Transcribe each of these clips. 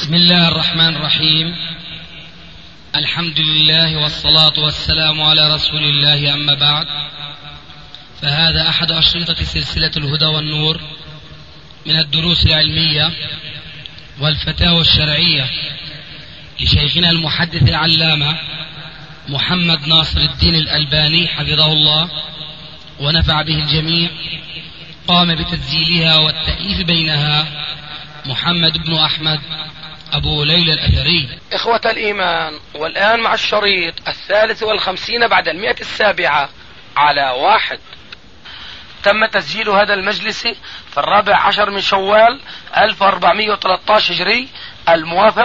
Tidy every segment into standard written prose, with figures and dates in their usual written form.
بسم الله الرحمن الرحيم. الحمد لله والصلاة والسلام على رسول الله، أما بعد، فهذا أحد أشرطة سلسلة الهدى والنور من الدروس العلمية والفتاوى الشرعية لشيخنا المحدث العلامة محمد ناصر الدين الألباني حفظه الله ونفع به الجميع. قام بتسجيلها والتأليف بينها محمد بن أحمد أبو ليلى الأثري. إخوة الإيمان، والآن مع الشريط 53 بعد 107 على 1. تم تسجيل هذا المجلس في 14 من شوال 1413 هجري، الموافق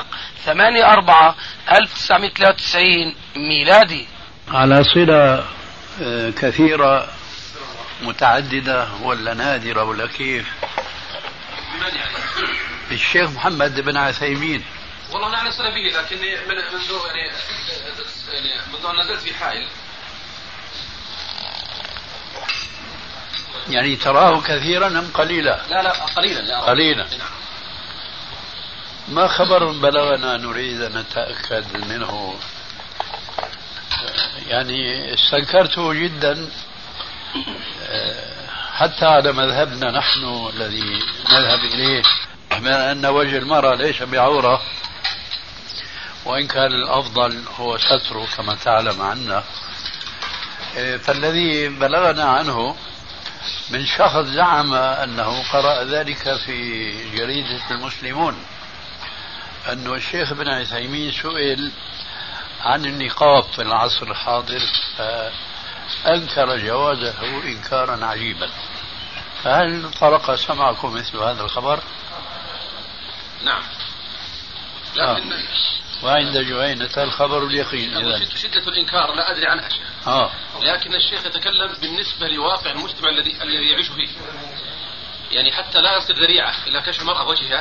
8/4/1993 ميلادي. على صلة كثيرة متعددة ولا نادرة ولا كيف؟ الشيخ محمد بن عثيمين. والله أنا على صلة به، لكني منذ منذ أن نزلت في حائل. يعني تراه كثيرا أم قليلا؟ لا قليلا. قليلا. ما خبر بلغنا نريد أن نتأكد منه، يعني استنكرته جدا حتى على مذهبنا نحن الذي نذهب إليه، من أن وجه المرأة ليس بعورة، وإن كان الأفضل هو ستره كما تعلم عنا. فالذي بلغنا عنه من شخص زعم أنه قرأ ذلك في جريدة المسلمون، أن الشيخ ابن عثيمين سئل عن النقاب في العصر الحاضر فأنكر جوازه إنكارا عجيبا. فهل طرق سمعكم مثل هذا الخبر؟ نعم، لكن وعند جهينة الخبر اليقين. شدة الإنكار لا أدري عنها شيء. لكن الشيخ يتكلم بالنسبة لواقع المجتمع الذي يعيش فيه، يعني حتى لا يصير ذريعة إلى كشف المرأة وجهها.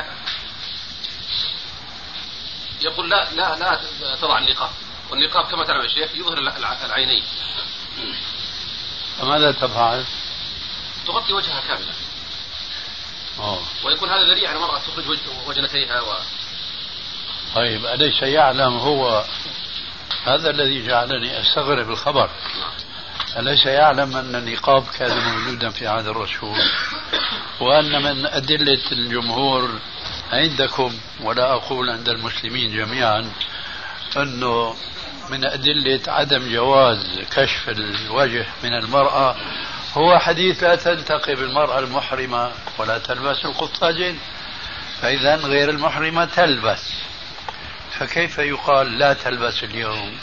يقول لا تضع النقاب، والنقاب كما تعلم يا شيخ يظهر العينين. فماذا تفعل؟ تغطي وجهها كاملا. ويكون هذا ذريعة المرأة تخرج وجنتيها طيب، أليس يعلم هو هذا الذي جعلني أستغرب الخبر؟ أليس يعلم أن النقاب كان موجودا في عهد الرسول، وأن من أدلة الجمهور عندكم، ولا أقول عند المسلمين جميعا، أنه من أدلة عدم جواز كشف الوجه من المرأة هو حديث لا تنتقب المرأة المحرمة ولا تلبس القفازين، فإذا غير المحرمة تلبس، فكيف يقال لا تلبس اليوم؟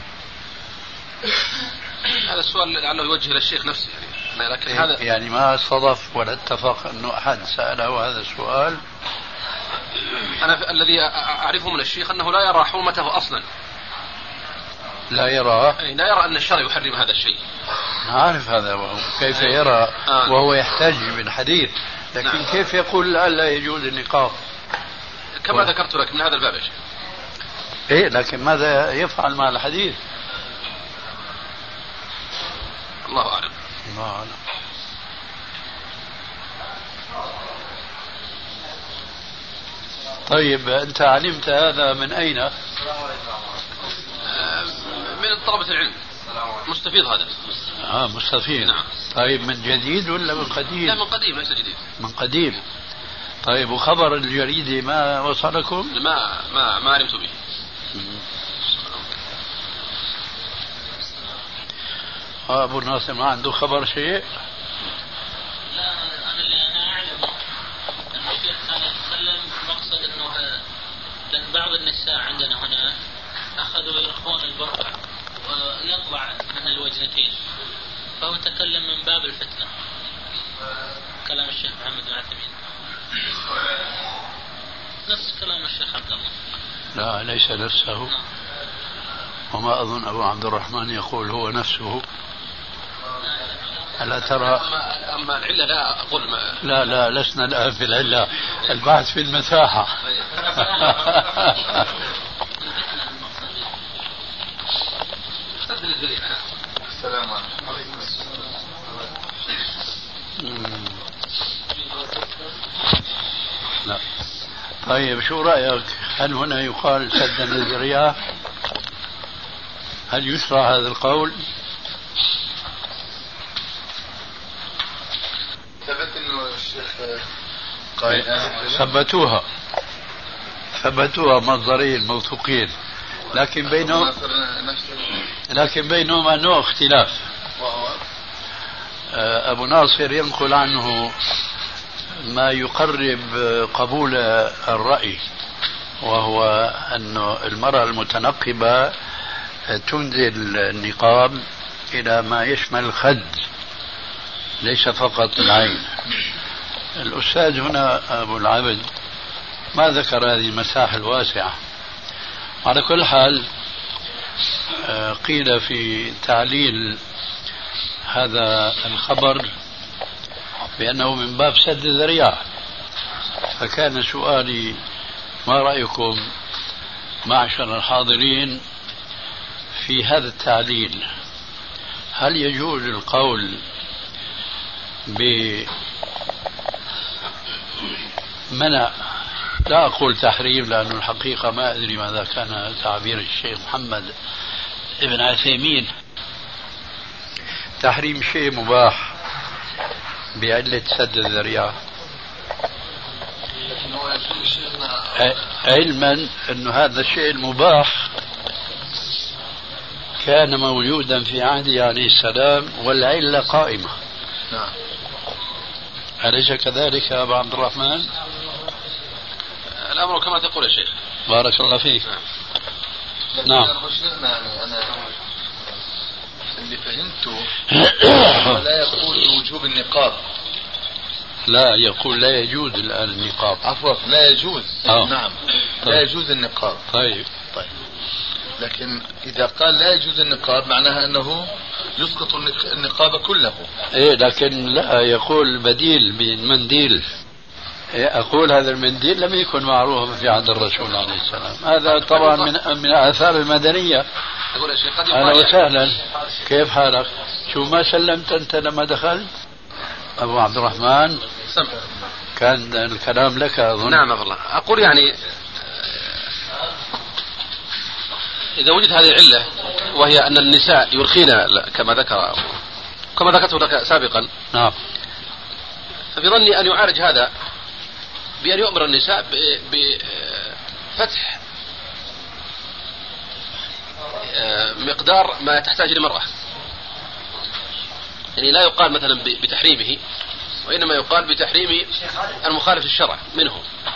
هذا السؤال لعله يوجه للشيخ نفسه، لكن هذا يعني ما صدف ولا اتفق أنه أحد سأله هذا السؤال. أنا الذي أعرفه من الشيخ أنه لا يرى حرمته أصلا. لا يرى أن الشرع يحرم هذا الشيء. عارف هذا، كيف يرى وهو يحتاج بالحديث، لكن نعم. كيف يقول لا يجوز النقاب كما ذكرت لك من هذا الباب يا شيخ؟ لكن ماذا يفعل مع الحديث؟ الله أعلم. طيب، أنت علمت هذا من أين؟ من طلبة العلم. مستفيض هذا. مستفيض. نعم. طيب، من جديد ولا من قديم؟ لا، من قديم ليس جديد. من قديم. طيب، وخبر الجريدة ما وصلكم؟ ما علمت به. أبو الناصر ما عنده خبر شيء؟ لا، أنا أعلم أن الشيخ كان يتكلم مقصد أنه لأن بعض النساء عندنا هنا أخذوا يرخون البرقع ويطلع من الوجنتين، فهو تكلم من باب الفتنة. كلام الشيخ محمد بن عثيمين نفس كلام الشيخ عبد الله. لا، ليس نفسه. وما أظن أبو عبد الرحمن يقول هو نفسه. ألا ترى؟ أما العلة لا أقول لا لسنا الآن في العلة، البحث في المساحة. السلام عليكم. لا. طيب شو رأيك؟ هل هنا يقال سدا للذريعة؟ هل يشرع هذا القول؟ ثبت انه الشيخ ثبتوها مصدرين موثوقين، لكن بينهما نوع اختلاف. أبو ناصر ينقل عنه ما يقرب قبول الرأي، وهو أن المرأة المتنقبة تنزل النقاب إلى ما يشمل الخد ليس فقط العين. الأستاذ هنا أبو العبد ما ذكر هذه المساحة الواسعة. على كل حال قيل في تعليل هذا الخبر بأنه من باب سد الذريعة، فكان سؤالي ما رأيكم معشر الحاضرين في هذا التعليل؟ هل يجوز القول بمنع، لا أقول تحريم لأن الحقيقة ما أدري ماذا كان تعبير الشيخ محمد ابن عثيمين، تحريم شيء مباح بعلة سد الذريعة، علما أن هذا الشيء المباح كان موجودا في عهده عليه السلام والعلة قائمة. نعم. أليس كذلك يا أبا عبد الرحمن؟ الأمر كما تقول يا شيخ. بارك الله فيك. نعم. أنا اللي فهمته لا يقول بوجوب النقاب، لا يقول لا يجوز الآن النقاب. عفوا لا يجوز. نعم. لا يجوز النقاب. طيب. لكن إذا قال لا يجوز النقاب معناها أنه يسقط النقاب كله. إيه، لكن لا يقول بديل بالمنديل. أقول هذا المنديل لم يكن معروفا في عهد الرسول عليه السلام، هذا طبعا من آثار المدنية. أهلا وسهلا، كيف حالك؟ شو ما سلمت أنت لما دخلت؟ أبو عبد الرحمن كان الكلام لك أظن. نعم والله. أقول يعني إذا وجد هذه العلة وهي أن النساء يرخين كما ذكرته لك سابقا، نعم، ففي ظني أن يعالج هذا بأن يؤمر النساء بفتح مقدار ما تحتاج المرأة، يعني لا يقال مثلا بتحريمه، وإنما يقال بتحريم المخالف للشرع منه.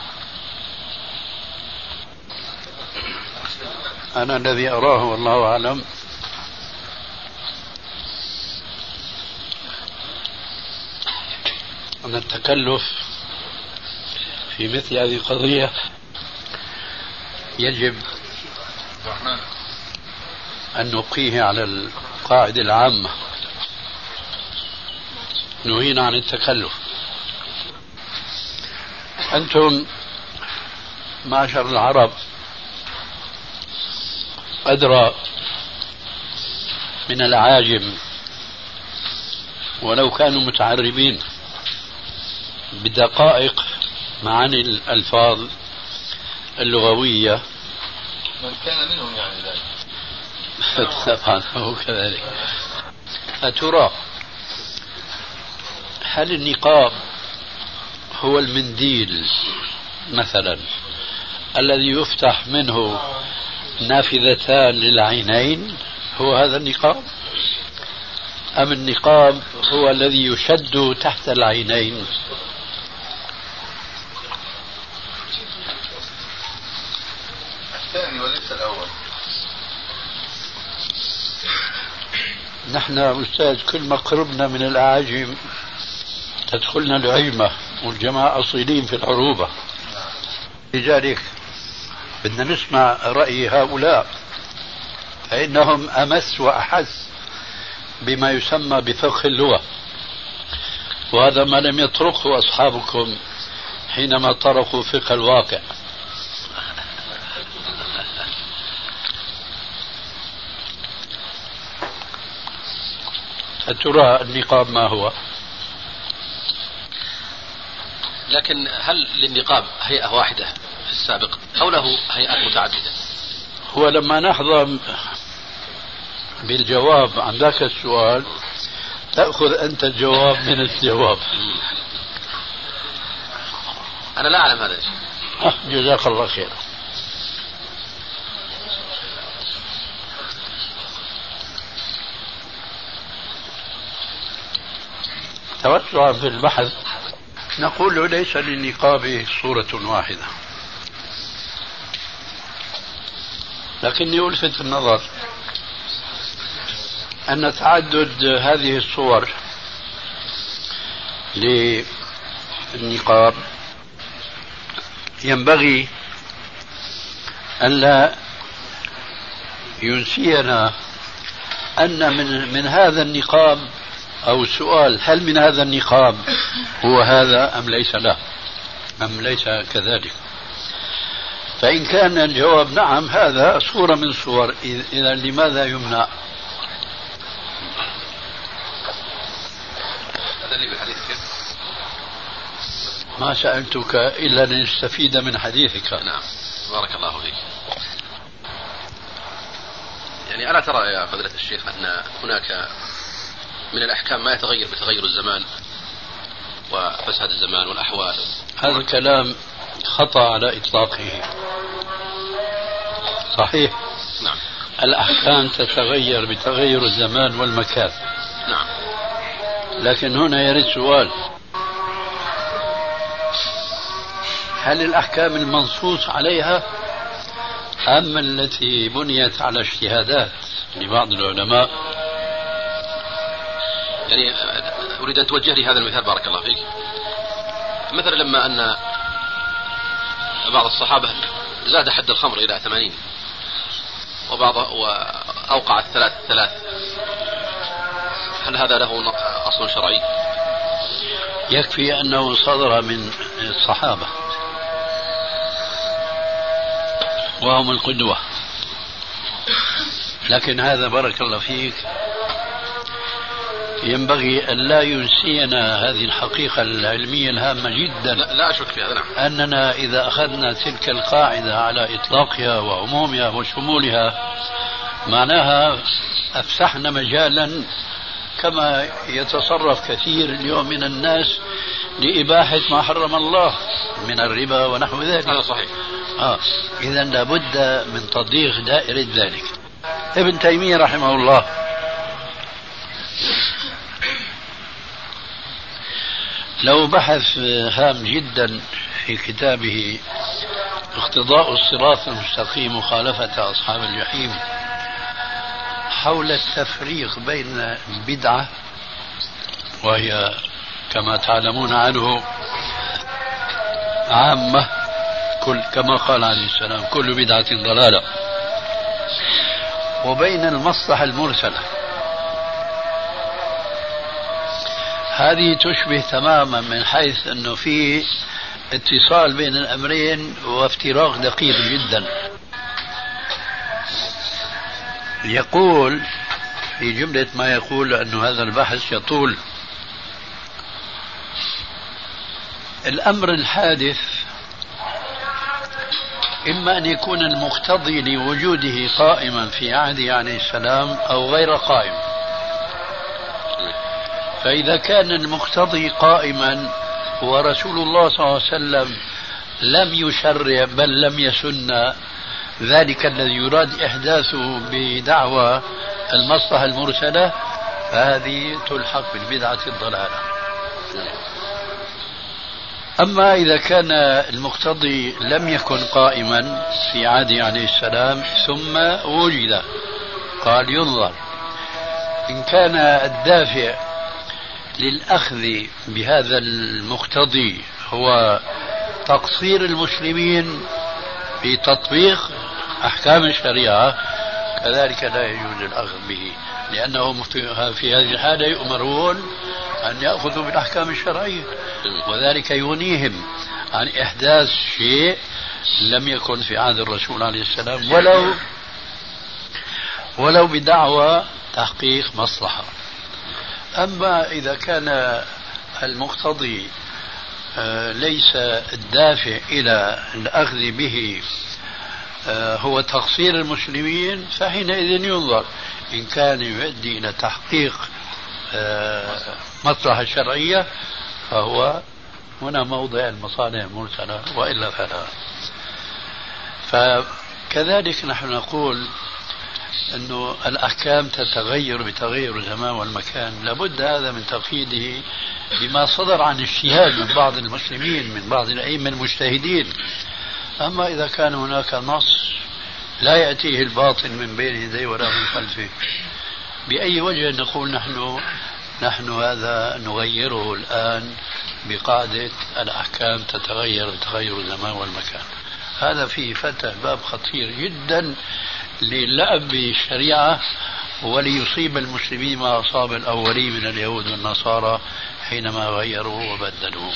أنا الذي أراه والله أعلم أن التكلف في مثل هذه القضية يجب أن نبقيه على القاعدة العامة، نهينا عن التكلف. أنتم معشر العرب أدرى من العاجم ولو كانوا متعربين بدقائق معاني الألفاظ اللغوية. من كان منهم يعني ذلك. طبعا هو كذلك. أترى هل النقاب هو المنديل مثلا الذي يفتح منه نافذتان للعينين، هو هذا النقاب، أم النقاب هو الذي يشد تحت العينين؟ الثاني وليس الأول. نحن أستاذ كل ما قربنا من الأعاجم تدخلنا العجمة، والجماعة أصيلين في العروبة، لذلك بدنا نسمع رأي هؤلاء فإنهم أمس وأحس بما يسمى بفقه اللغة، وهذا ما لم يطرقه أصحابكم حينما طرقوا فقه الواقع. ترى النقاب ما هو؟ لكن هل للنقاب هيئة واحدة في السابق أو له هيئات متعددة؟ هو لما نحظى بالجواب عن ذاك السؤال تأخذ أنت الجواب من الجواب. أنا لا أعلم هذا الشيء. جزاك الله خير. توسعا في البحث نقول ليس للنقاب صورة واحدة، لكني ألفت النظر أن تعدد هذه الصور للنقاب ينبغي أن لا ينسينا أن من هذا النقاب أو السؤال هل من هذا النقاب هو هذا أم ليس له أم ليس كذلك. فإن كان الجواب نعم هذا صورة من صور، إذا لماذا يمنع؟ هذا اللي بالحديث كيف؟ ما سألتك إلا لنستفيد من حديثك. نعم بارك الله فيك. يعني ألا ترى يا فضيلة الشيخ أن هناك من الأحكام ما يتغير بتغير الزمان وفساد الزمان والأحوال؟ هذا الكلام خطأ على إطلاقه. صحيح. نعم. الأحكام تتغير بتغير الزمان والمكان. نعم. لكن هنا يرد سؤال: هل الأحكام المنصوص عليها أم التي بنيت على اجتهادات لبعض العلماء؟ يعني أريد أن توجه لي هذا المثال بارك الله فيك. مثلا لما أن بعض الصحابة زاد حد الخمر إلى 80 وأوقع الثلاث، هل هذا له أصل شرعي؟ يكفي أنه صدر من الصحابة وهم القدوة، لكن هذا بارك الله فيك ينبغي أن لا ينسينا هذه الحقيقة العلمية الهامة جدا. لا أشك في هذا. نعم. أننا إذا أخذنا تلك القاعدة على إطلاقها وعمومها وشمولها معناها أفسحنا مجالا كما يتصرف كثير اليوم من الناس لإباحة ما حرم الله من الربا ونحو ذلك. هذا صحيح. إذا لابد من تضييق دائرة ذلك. ابن تيمية رحمه الله لو بحث هام جدا في كتابه اقتضاء الصراط المستقيم مخالفة أصحاب الجحيم حول التفريق بين البدعة، وهي كما تعلمون عنه عامة كما قال عليه السلام كل بدعة ضلالة، وبين المصلحة المرسلة. هذه تشبه تماما من حيث أنه في اتصال بين الأمرين وافتراق دقيق جدا. يقول في جملة ما يقول أن هذا البحث يطول: الأمر الحادث إما أن يكون المقتضي لوجوده قائما في عهده عليه السلام أو غير قائم. فإذا كان المقتضي قائما ورسول الله صلى الله عليه وسلم لم يشرع بل لم يسن ذلك الذي يراد إحداثه بدعوى المصلحة المرسلة، فهذه تلحق بالبدعة الضلالة. أما إذا كان المقتضي لم يكن قائما في عهده عليه السلام ثم وجد، قال ينظر إن كان الدافع للأخذ بهذا المقتضي هو تقصير المسلمين في تطبيق أحكام الشريعة، كذلك لا يجوز الأخذ به، لأنهم في هذه الحالة يؤمرون أن يأخذوا بالأحكام الشرعية، وذلك يغنيهم عن إحداث شيء لم يكن في عهد الرسول عليه السلام ولو بدعوى تحقيق مصلحة. أما إذا كان المقتضي ليس الدافع إلى الأخذ به هو تقصير المسلمين، فحينئذ ينظر إن كان يؤدي إلى تحقيق مصلحة شرعية فهو هنا موضع المصالح المرسلة، وإلا فلا. فكذلك نحن نقول أنه الأحكام تتغير بتغير الزمان والمكان، لابد هذا من تقييده بما صدر عن اجتهاد من بعض المسلمين من بعض الأئمة المجتهدين. أما إذا كان هناك نص لا يأتيه الباطل من بين يديه ولا من خلفه، بأي وجه نقول نحن هذا نغيره الآن بقاعدة الأحكام تتغير بتغير الزمان والمكان؟ هذا فيه فتح باب خطير جدا للعب بالشريعة وليصيب المسلمين ما أصاب الأولين من اليهود والنصارى حينما غيروا وبدلوا.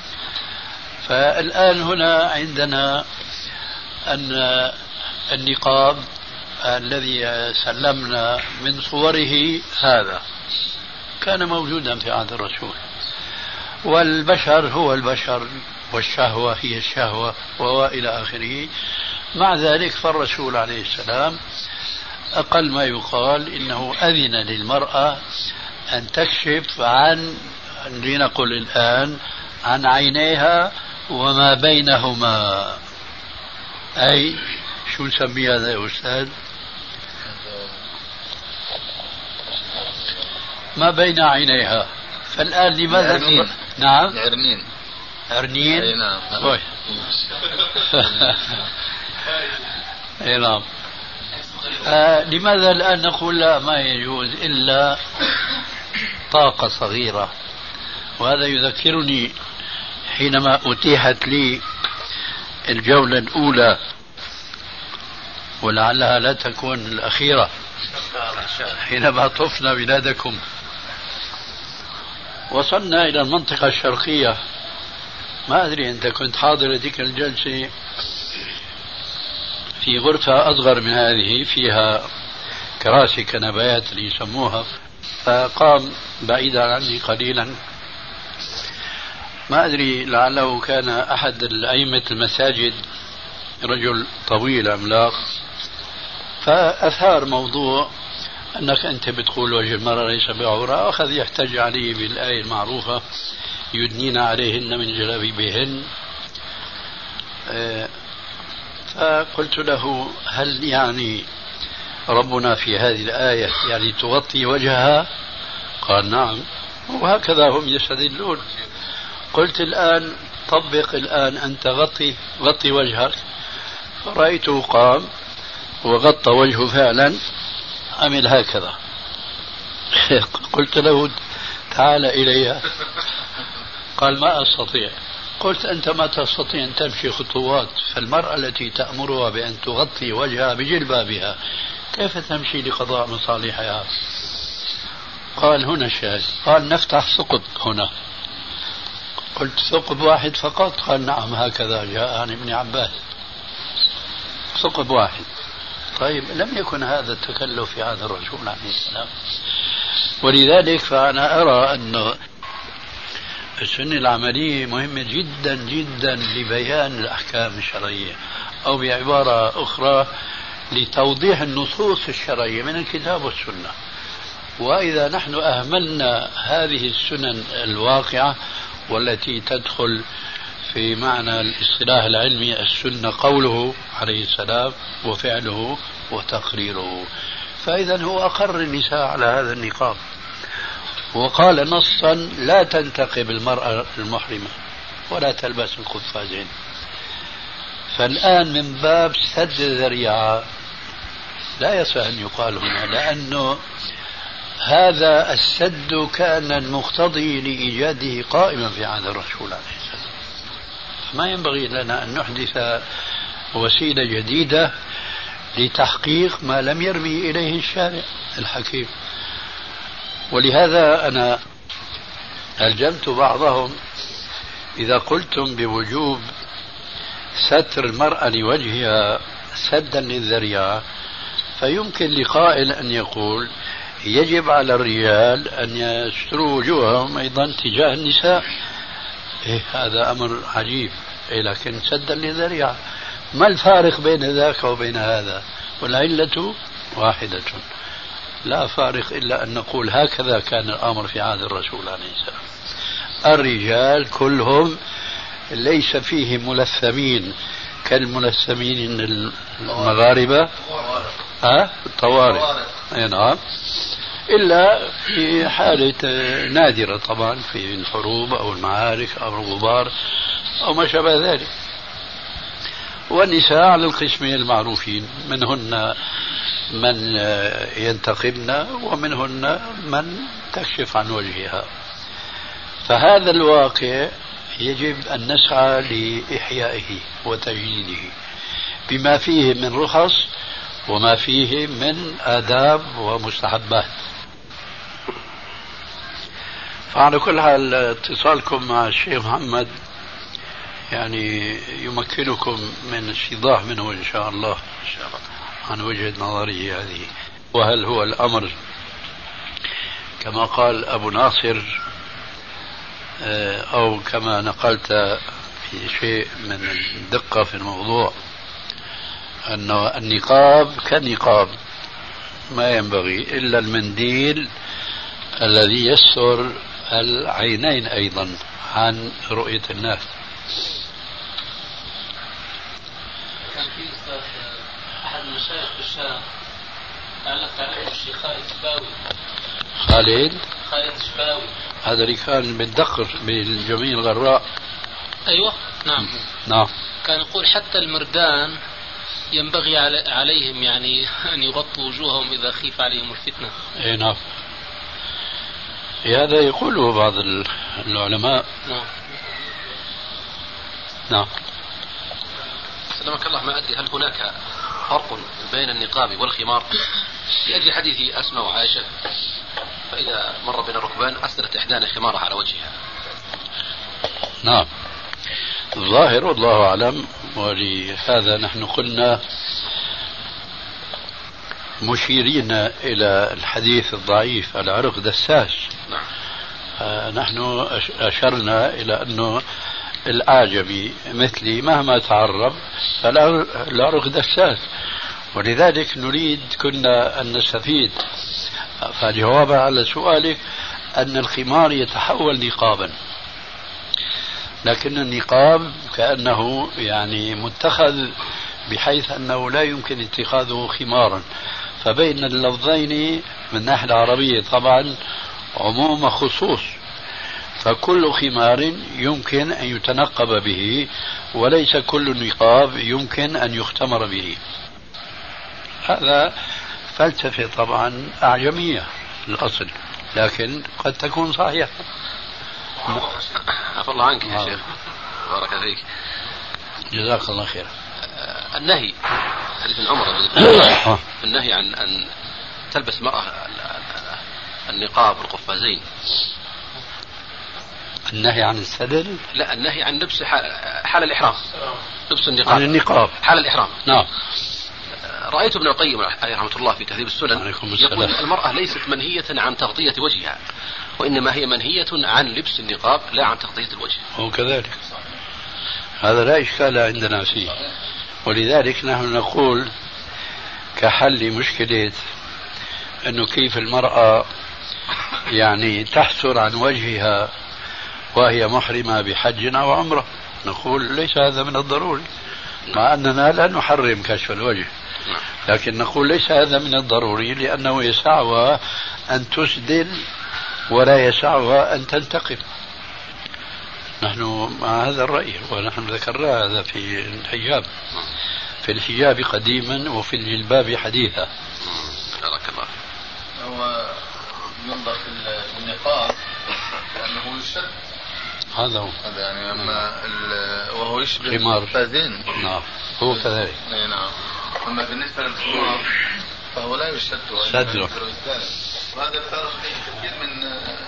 فالآن هنا عندنا أن النقاب الذي سلمنا من صوره هذا كان موجودا في عهد الرسول، والبشر هو البشر والشهوة هي الشهوة وإلى آخره. مع ذلك فالرسول عليه السلام أقل ما يقال إنه أذن للمرأة أن تكشف عن لنقل الآن عن عينيها وما بينهما. أي شو نسمي هذا يا أستاذ؟ ما بين عينيها. فالآن لماذا عرنين. نعم عرنين أي نعم أي نعم. لماذا الآن نقول لا ما يجوز إلا طاقة صغيرة؟ وهذا يذكرني حينما أتيحت لي الجولة الأولى ولعلها لا تكون الأخيرة حينما طفنا بلادكم، وصلنا إلى المنطقة الشرقية. ما أدري أنت كنت حاضر تلك الجلسة في غرفة أصغر من هذه فيها كراسي كنبايات اللي يسموها، فقام بعيدا عني قليلا، ما أدري لعله كان أحد الأئمة المساجد، رجل طويل عملاق، فأثار موضوع أنك أنت بتقول وجه المرأة ليس بعورة، أخذ يحتج عليه بالآية المعروفة يدنين عليهن من جلابيبهن. فقلت له هل يعني ربنا في هذه الآية يعني تغطي وجهها؟ قال نعم، وهكذا هم يستدلون. قلت الآن طبق الآن أنت غطي وجهك. فرأيته قام وغطى وجهه فعلا، عمل هكذا. قلت له تعال إلي، قال ما أستطيع. قلت أنت ما تستطيع أن تمشي خطوات، فالمرأة التي تأمرها بأن تغطي وجهها بجلبابها كيف تمشي لقضاء مصالحها؟ قال هنا الشاهد. قال نفتح ثقب هنا. قلت ثقب واحد فقط؟ قال نعم هكذا جاء عن ابن عباس، ثقب واحد. طيب لم يكن هذا التكلف في هذا الرسول عليه السلام. ولذلك فأنا أرى أن السنة العملية مهمة جدا جدا لبيان الأحكام الشرعية، أو بعبارة أخرى لتوضيح النصوص الشرعية من الكتاب والسنة. وإذا نحن أهملنا هذه السنن الواقعة والتي تدخل في معنى الاصطلاح العلمي السنة قوله عليه السلام وفعله وتقريره، فإذا هو أقر النساء على هذا النقاب، وقال نصا لا تنتقب المرأة المحرمة ولا تلبس القفازين. فالآن من باب سد الذريعة لا يصح أن يقال هنا، لأنه هذا السد كان المقتضي لإيجاده قائما في عهد الرسول عليه السلام، ما ينبغي لنا أن نحدث وسيلة جديدة لتحقيق ما لم يرمي إليه الشارع الحكيم. ولهذا أنا ألجمت بعضهم إذا قلتم بوجوب ستر المرأة لوجهها سدا للذريعة، فيمكن لقائل أن يقول يجب على الرجال أن يستروا وجوههم أيضا تجاه النساء. إيه هذا أمر عجيب. إيه لكن سدا لذريعة. ما الفارق بين ذاك وبين هذا؟ والعلة واحدة، لا فارق إلا أن نقول هكذا كان الأمر في عهد الرسول عليه السلام. الرجال كلهم ليس فيهم ملثمين كالملثمين المغاربة الطوارئ. نعم، إلا في حالة نادرة طبعا في الحروب أو المعارك أو الغبار أو ما شابه ذلك. والنساء على القسمين المعروفين، منهن من ينتقبن ومنهن من تكشف عن وجهها. فهذا الواقع يجب أن نسعى لإحيائه وتجديده بما فيه من رخص وما فيه من آداب ومستحبات. فعلى كل حال اتصالكم مع الشيخ محمد يعني يمكنكم من استيضاح منه إن شاء الله عن وجهة نظره هذه. وهل هو الأمر كما قال أبو ناصر أو كما نقلت في شيء من الدقة في الموضوع أن النقاب كالنقاب ما ينبغي إلا المنديل الذي يستر العينين أيضا عن رؤية الناس. كان في أستاذ أحد المشايخ في الشام لعلك تعرفه الشيخ خالد شباوي. خالد شباوي هذا اللي كان بالدقر بالجميع الغراء. أيوة نعم. كان يقول حتى المردان ينبغي عليهم يعني أن يغطوا وجوههم إذا خيف عليهم الفتنة. أي نعم، هذا يقوله بعض العلماء. نعم. سلمك الله، ما أدري هل هناك فرق بين النقاب والخمار لأجل حديث أسماء وعائشة، فإذا مر بين الركبان أسدلت إحدانا خمارها على وجهها. نعم، الظاهر والله أعلم. ولهذا نحن قلنا مشيرين إلى الحديث الضعيف العرق دساس. نحن أشرنا إلى أنه الأعجمي مثلي مهما تعرب فالعرق دساس، ولذلك نريد كنا أن نستفيد. فالجواب على سؤالك أن الخمار يتحول نقابا، لكن النقاب كأنه يعني متخذ بحيث أنه لا يمكن اتخاذه خمارا. فبين اللفظين من الناحية العربية طبعا عموم خصوص، فكل خمار يمكن أن يتنقب به وليس كل نقاب يمكن أن يختمر به. هذا فلسفة طبعا أعجمية الأصل، لكن قد تكون صحيحة. عفى الله عنك يا شيخ، بارك فيك، جزاك الله خير. النهي حديث عمر النهي عن أن تلبس المرأة النقاب والقفازين. النهي عن السدل؟ لا، النهي عن لبس حال الإحرام، لبس النقاب عن النقاب حال الإحرام. نعم. رأيت ابن القيم عليه رحمة الله في تهذيب السنن يقول المرأة ليست منهية عن تغطية وجهها، وإنما هي منهية عن لبس النقاب لا عن تغطية الوجه. هو كذلك، هذا لا إشكال عندنا فيه. ولذلك نحن نقول كحل مشكلة أنه كيف المرأة يعني تحسر عن وجهها وهي محرمة بحج أو عمرة، نقول ليس هذا من الضروري، مع أننا لا نحرم كشف الوجه، لكن نقول ليس هذا من الضروري لأنه يسعها أن تسدل ولا يسعها أن تنتقم. نحن مع هذا الرأي، ونحن ذكرنا هذا في الحجاب، في الحجاب قديما وفي الجلباب حديثا. بارك الله. هو ينظر في النقاب لأنه يشد، هذا هو يعني أما وهو يشبه القفازين. نعم هو كذلك. نعم. أما بالنسبة للخمار فهو لا يشد صدره. وهذا الفارق كثير من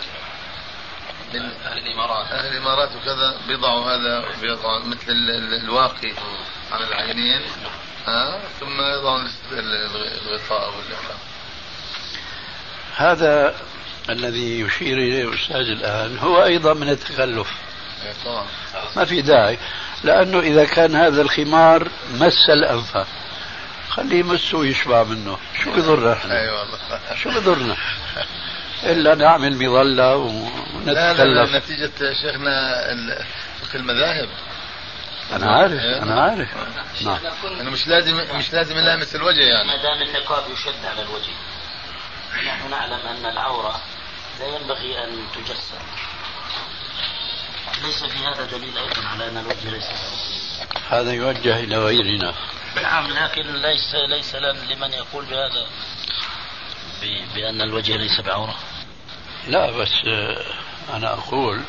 أهل الإمارات. أهل الإمارات وكذا بيضعوا هذا، بيضعوا مثل الواقي على العينين، ثم يضعون الغطاء واللحاف. هذا الذي يشير إليه الأستاذ الآن هو أيضا من التكلف. طبعا ما في داعي، لأنه إذا كان هذا الخمار مس الأنف خليه يمسه ويشبع منه، شو بضرنا احنا؟ اي والله شو بضرنا إلا نعمل مظلة ونتكلف. نتيجة شيخنا فقه المذاهب. أنا عارف. نعم. أنا مش لازم يلامس الوجه يعني. ما دام النقاب يشد على الوجه، نحن نعلم أن العورة لا ينبغي أن تجسد، ليس في هذا دليل أيضا على أن الوجه ليس بعورة؟ هذا يوجه إلى غيرنا. نعم، لكن ليس لمن يقول بهذا بأن الوجه ليس بعورة. لا بس أنا أقول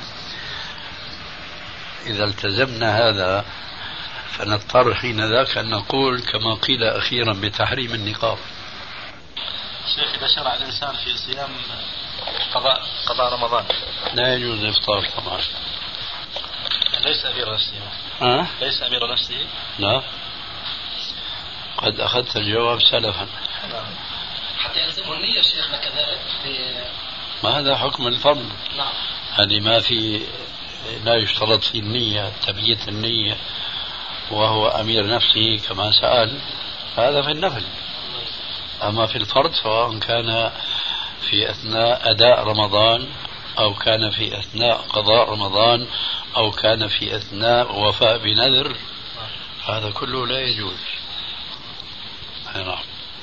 إذا التزمنا هذا فنضطر حين ذاك أن نقول كما قيل أخيرا بتحريم النقاب. شيخ، إذا شرع الإنسان في صيام قضاء رمضان لا يجوز الإفطار طبعا. ليس أمير نفسه. ليس أمير نفسه. لا، قد أخذت الجواب سلفا. حتى يلزمه النية شيخنا كذلك. ما هذا حكم الفرض. نعم. هذه ما في، لا يشترط في النية تبييت النية وهو أمير نفسه كما سأل، هذا في النفل. أما في الفرض سواء كان في أثناء أداء رمضان أو كان في أثناء قضاء رمضان أو كان في أثناء وفاء بنذر، هذا كله لا يجوز. نعم.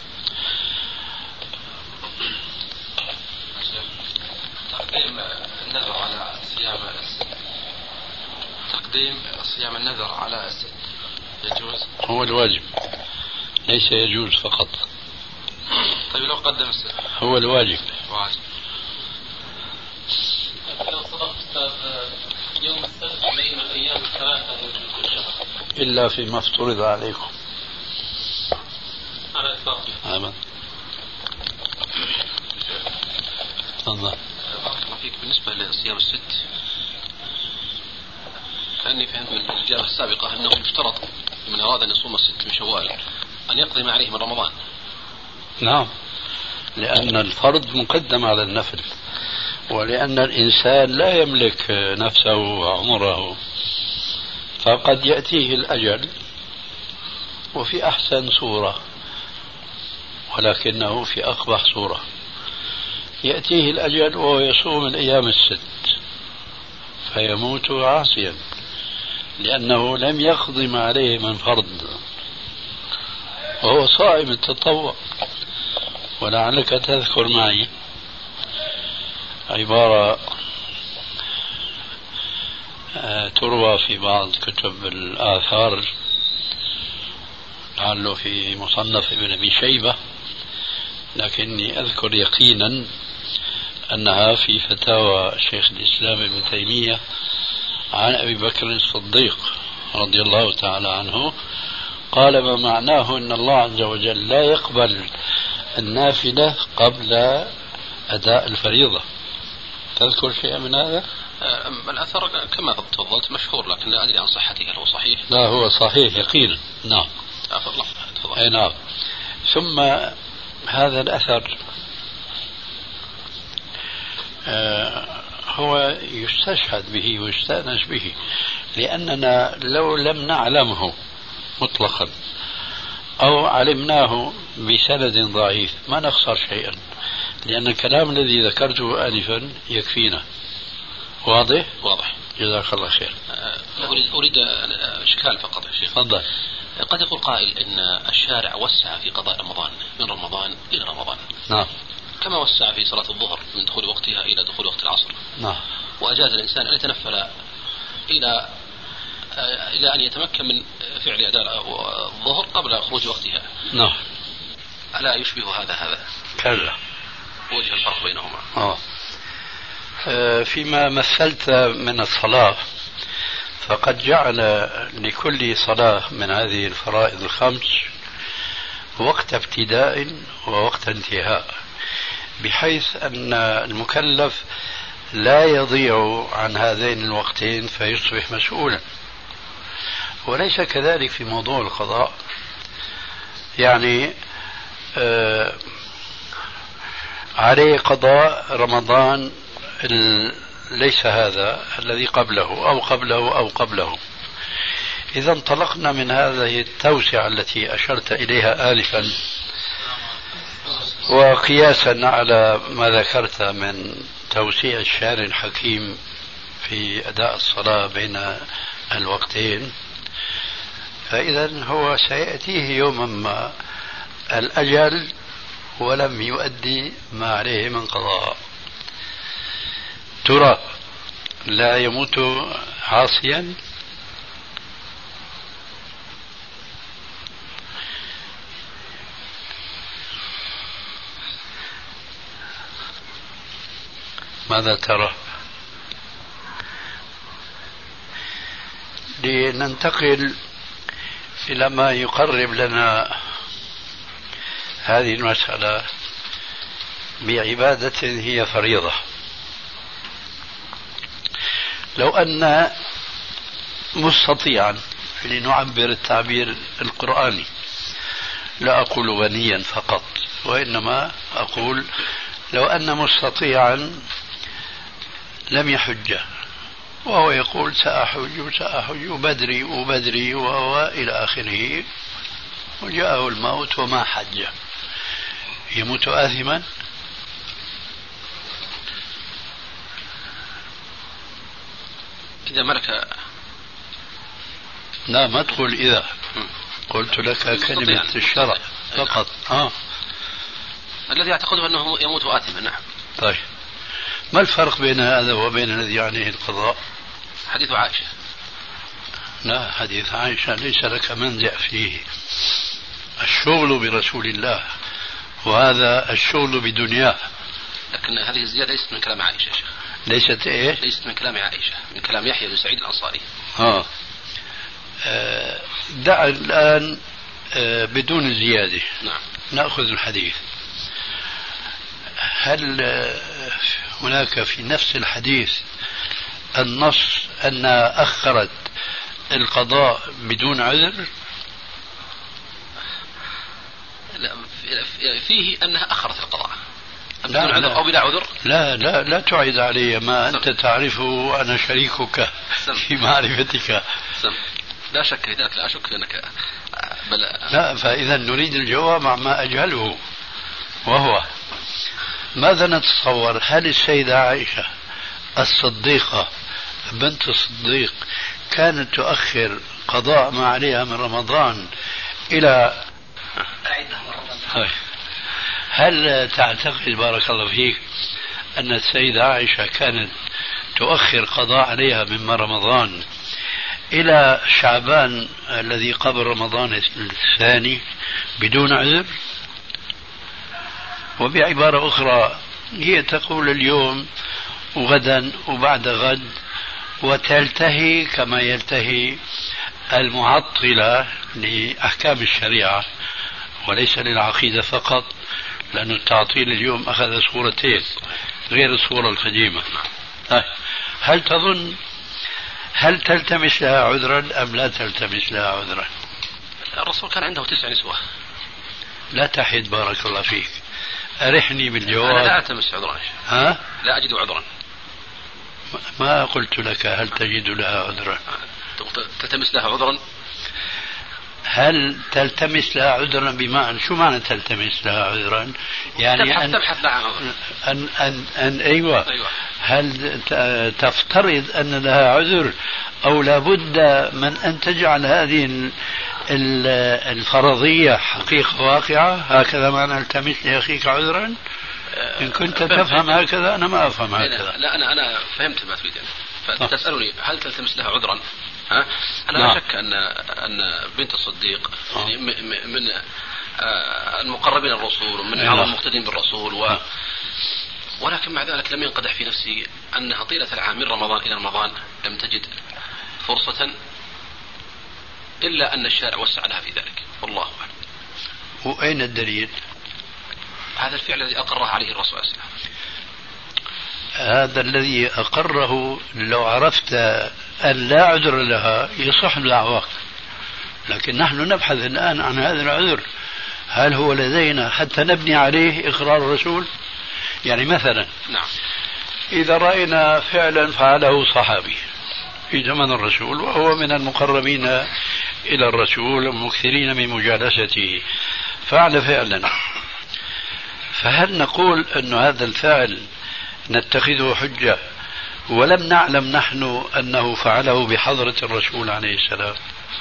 تقديم صيام النذر على الست يجوز؟ هو الواجب، ليس يجوز فقط. طيب لو قدم الست؟ هو الواجب. واجب. لو صدق أستاذ يوم السبت بين الأيام الثلاثة من الشهر إلا فيما افترض عليكم على إطلاقه. آمين. تفضل. بارك الله فيك. بالنسبة لصيام الست، كأني فهمت من الإجابة السابقة أنه يفترض من أراد أن يصوم الست من شوال أن يقضي ما عليه من رمضان. نعم، لأن الفرض مقدم على النفل، ولأن الإنسان لا يملك نفسه وعمره، فقد يأتيه الأجل وفي أحسن صورة ولكنه في أقبح صورة. يأتيه الأجل وهو يصوم الأيام الست فيموت عاصيا لأنه لم يقض ما عليه من فرض وهو صائم التطوع. ولعلك تذكر معي عبارة تروى في بعض كتب الآثار، لعله في مصنف ابن أبي شيبة، لكني أذكر يقينا أنها في فتاوى شيخ الإسلام ابن تيمية عن أبي بكر الصديق رضي الله تعالى عنه، قال ما معناه أن الله عز وجل لا يقبل النافلة قبل أداء الفريضة. تذكر شيئا من هذا؟ الأثر كما تفضلت مشهور، لكن لا أدري عن صحته، هل هو صحيح؟ لا، هو صحيح يقينا. نعم. تفضل. نعم. ثم هذا الأثر هو يستشهد به ويستأنس به، لأننا لو لم نعلمه مطلقا أو علمناه بسند ضعيف ما نخسر شيئا، لأن الكلام الذي ذكرته آنفا يكفينا. واضح؟ واضح. جزاك الله خير. أريد إشكال فقط يا شيخ. تفضل. قد يقول قائل إن الشارع وسع في قضاء رمضان من رمضان إلى رمضان. نعم. كما وسع في صلاة الظهر من دخول وقتها إلى دخول وقت العصر. نعم. وأجاز الإنسان أن يتنفل إلى أن يتمكن من فعل أداء الظهر قبل خروج وقتها. نعم. ألا يشبه هذا؟ كلا. وجه الفرق بينهما. فيما مثلت من الصلاة، فقد جعل لكل صلاة من هذه الفرائض الخمس وقت ابتداء ووقت انتهاء، بحيث أن المكلف لا يضيع عن هذين الوقتين فيصبح مسؤولا. وليس كذلك في موضوع القضاء. يعني عليه قضاء رمضان ليس هذا الذي قبله أو قبله أو قبله. إذا انطلقنا من هذه التوسعة التي أشرت إليها آنفا، وقياسا على ما ذكرت من توسيع الشارع الحكيم في أداء الصلاة بين الوقتين، فإذا هو سيأتيه يوما ما الأجل ولم يؤدي ما عليه من قضاء. ترى لا يموت عاصيا؟ ماذا ترى؟ لننتقل إلى ما يقرب لنا هذه المسألة بعبادة هي فريضة. لو أن مستطيعا، لنعبر التعبير القرآني، لا أقول غنيا فقط، وإنما أقول لو أن مستطيعا لم يحج، وهو يقول سأحج بدري وإلى آخره، وجاءه الموت وما حج، يموت آثما؟ إذا ملك. لا، ما تقول إذا، قلت لك كلمة الشرع فقط. الذي يعتقده أنه يموت آثما. نعم. طيب، ما الفرق بين هذا وبين الذي عليه القضاء؟ حديث عائشة. لا، حديث عائشة ليس لك منزع فيه. الشغل برسول الله، وهذا الشغل بدنياه. لكن هذه الزيادة ليست من كلام عائشة. ليست إيه؟ ليست من كلام عائشة، من كلام يحيى بن سعيد الأنصاري. دع الآن بدون زيادة. نعم. نأخذ الحديث. هل هناك في نفس الحديث النص أن أخرت القضاء بدون عذر؟ لا، فيه أنها أخرت القضاء بدون عذر أو بلا عذر. لا تعيد علي ما أنت تعرفه وأنا شريكك في معرفتك. لا شك في ذلك، لا أشك أنك لا، فإذا نريد الجواب عما أجهله، وهو ماذا نتصور؟ هل السيدة عائشة الصديقة بنت الصديق كانت تؤخر قضاء ما عليها من رمضان إلى هل تعتقد بارك الله فيك أن السيدة عائشة كانت تؤخر قضاء عليها من رمضان إلى شعبان الذي قبل رمضان الثاني بدون عذر؟ وبعبارة أخرى، هي تقول اليوم وغدا وبعد غد، وتلتهي كما يلتهي المعطلة لأحكام الشريعة وليس للعقيدة فقط، لأن التعطيل اليوم أخذ صورتين غير الصورة القديمة. هل تظن هل تلتمس لها عذرا أم لا تلتمس لها عذرا؟ الرسول كان عنده 9 نسوة. لا تحد بارك الله فيك، أرحني بالجواب. أنا لا ألتمس عذرا. لا أجد عذرا. ما قلت لك هل تجد لها عذرا. تلتمس لها عذرا. هل تلتمس لها عذرا بمعنى شو معنى تلتمس لها عذرا؟ يعني تبحث لها عذرا. أيوة. هل تفترض أن لها عذر أو لابد من أن تجعل هذه الفرضية حقيقة واقعة؟ هكذا معنى التمس لأخيك عذرا؟ إن كنت تفهم هكذا أنا ما أفهم هكذا. لا، أنا فهمت ما تريد. فتسألني هل تلتمس لها عذرا؟ أنا لا شك أن بنت الصديق من المقربين الرسول ومن أعظم المقتدين بالرسول، ولكن مع ذلك لم ينقدح في نفسي أنها طيلة العام من رمضان إلى رمضان لم تجد فرصة إلا أن الشارع وسع لها في ذلك، والله أعلم. وأين الدليل؟ هذا الفعل الذي أقره عليه الرسول صلى الله عليه وسلم. هذا الذي أقره لو عرفت أن لا عذر لها يصح دعواك، لكن نحن نبحث الآن عن هذا العذر، هل هو لدينا حتى نبني عليه إقرار الرسول؟ يعني مثلا نعم. إذا رأينا فعلا فعله صحابي في زمن الرسول وهو من المقربين إلى الرسول ومكثرين من مجالسته، فعل فعلا، فهل نقول أن هذا الفعل نتخذه حجة ولم نعلم نحن أنه فعله بحضرة الرسول عليه السلام؟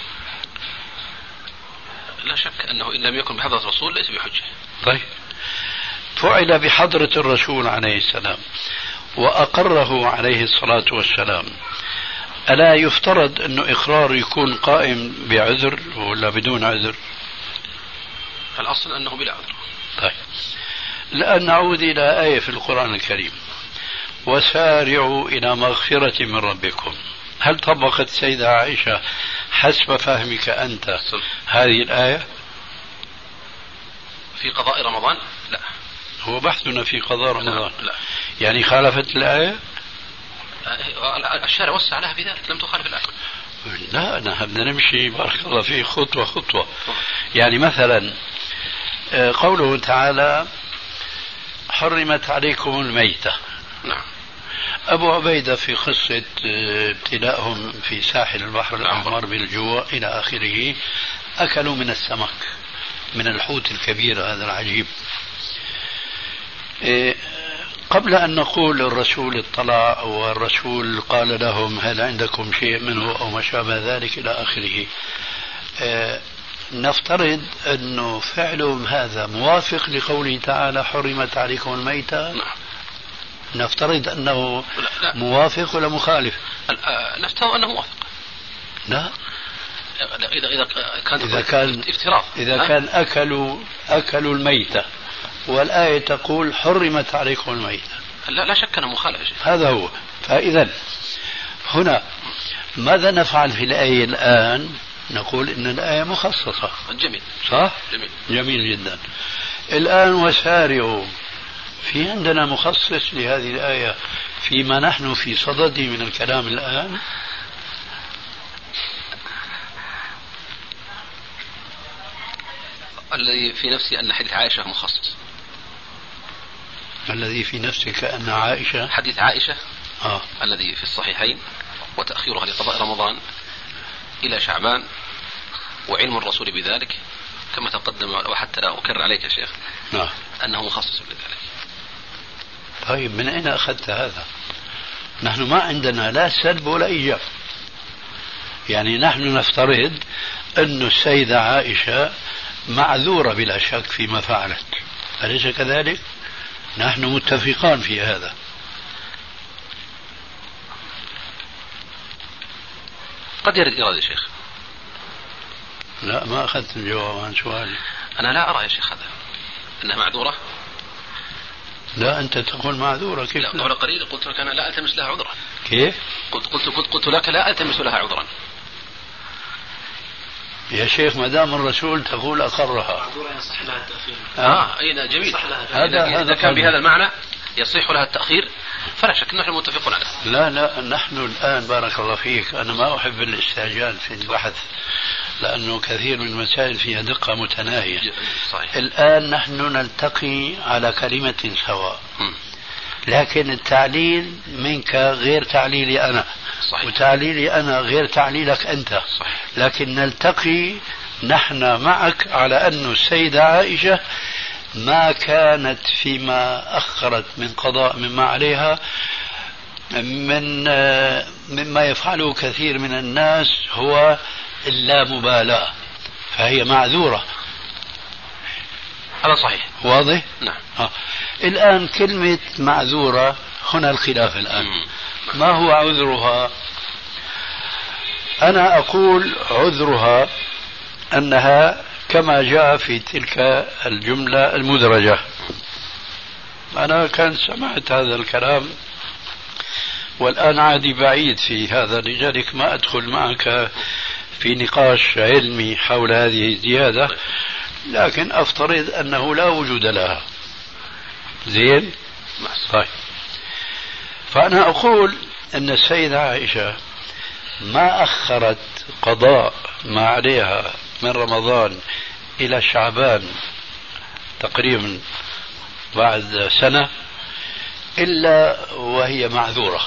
لا شك أنه إن لم يكن بحضرة الرسول ليس بحجة. طيب، فعل بحضرة الرسول عليه السلام وأقره عليه الصلاة والسلام، ألا يفترض أن إقرار يكون قائم بعذر ولا بدون عذر؟ الأصل أنه بلا عذر. طيب، الآن نعود إلى آية في القرآن الكريم: وسارعوا إلى مغفرة من ربكم. هل طبقت السيدة عائشة حسب فهمك أنت هذه الآية في قضاء رمضان؟ لا. هو بحثنا في قضاء رمضان. لا. يعني خالفت الآية؟ الشارع وسع لها في ذلك، لم تخالف الآية. لا، نحن بدنا نمشي بارك الله فيه خطوة خطوة. يعني مثلا قوله تعالى: حرمت عليكم الميتة. نعم. أبو عبيدة في قصة ابتلاءهم في ساحل البحر الأحمر بالجوع إلى آخره أكلوا من السمك، من الحوت الكبير هذا العجيب. قبل أن نقول الرسول اطلع والرسول قال لهم هل عندكم شيء منه أو ما شابه ذلك إلى آخره، نفترض أنه فعلهم هذا موافق لقوله تعالى: حرمت عليكم الميتة. نفترض أنه لا. موافق ولا مخالف؟ نفترض أنه موافق. لا، إذا كان افتراض، إذا كان أكلوا الميتة والآية تقول حرمت عليكم الميتة، لا شك أنه مخالف. هذا هو. فإذا هنا ماذا نفعل في الآية الآن؟ نقول إن الآية مخصصة. جميل. صح؟ جميل جدا. الآن وسارعوا، في عندنا مخصص لهذه الآية فيما نحن في صدده من الكلام الآن؟ الذي في نفسي أن حديث عائشة مخصص. الذي في نفسك أن عائشة، حديث عائشة الذي في الصحيحين وتأخيرها لقضاء رمضان إلى شعبان وعلم الرسول بذلك كما تقدم، وحتى لا أكرر عليك يا شيخ أنه مخصص لذلك. طيب، من أين أخذت هذا؟ نحن ما عندنا لا سلب ولا إيجاب. يعني نحن نفترض أن السيدة عائشة معذورة بلا شك فيما فعلت، أليس كذلك؟ نحن متفقان في هذا. قد يرد إرادة يا شيخ. لا، ما أخذت الجواب عن سؤالي. أنا لا أرى يا شيخ هذا أنها معذورة. لا، أنت تقول معذورة. كيف؟ لا، قبل قليل قلت لك أنا لا ألتمس لها عذرا. كيف؟ قلت لك لا ألتمس لها عذرا. يا شيخ، ما دام الرسول تقول أقرها. معذورة يصح لها التأخير. أي جميل. هذا كان بهذا المعنى يصح لها التأخير فلا شك نحن متفقون عليه. لا، نحن الآن بارك الله فيك، أنا ما أحب الاستعجال في البحث لأنه كثير من المسائل فيها دقة متناهية. صحيح. الآن نحن نلتقي على كلمة سواء، لكن التعليل منك غير تعليلي أنا. صحيح. وتعليلي أنا غير تعليلك أنت. صحيح. لكن نلتقي نحن معك على أن السيدة عائشة ما كانت فيما أخرت من قضاء مما عليها مما يفعله كثير من الناس هو اللامبالاة، فهي معذورة. هذا صحيح. واضح؟ نعم. الآن كلمة معذورة هنا الخلاف الآن. ما هو عذرها؟ أنا أقول عذرها أنها كما جاء في تلك الجملة المدرجة. أنا كان سمعت هذا الكلام والآن عادي بعيد في هذا، لذلك ما أدخل معك في نقاش علمي حول هذه الزيادة، لكن أفترض أنه لا وجود لها. زين؟ طيب، فأنا أقول أن السيدة عائشة ما أخرت قضاء ما عليها من رمضان إلى شعبان تقريبا بعد سنة إلا وهي معذورة.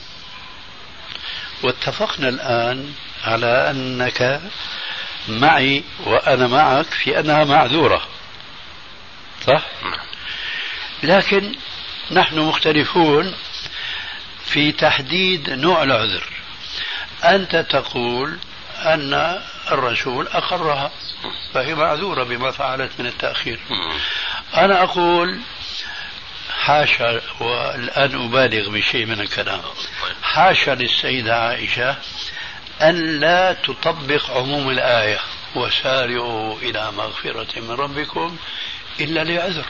واتفقنا الآن على أنك معي وأنا معك في أنها معذورة، صح؟ لكن نحن مختلفون في تحديد نوع العذر. أنت تقول أن الرسول أقرها فهي معذورة بما فعلت من التأخير. أنا أقول حاشا، والآن أبالغ بشيء من الكلام، حاشا للسيدة عائشة أن لا تطبق عموم الآية وسارعوا إلى مغفرة من ربكم إلا لعذر.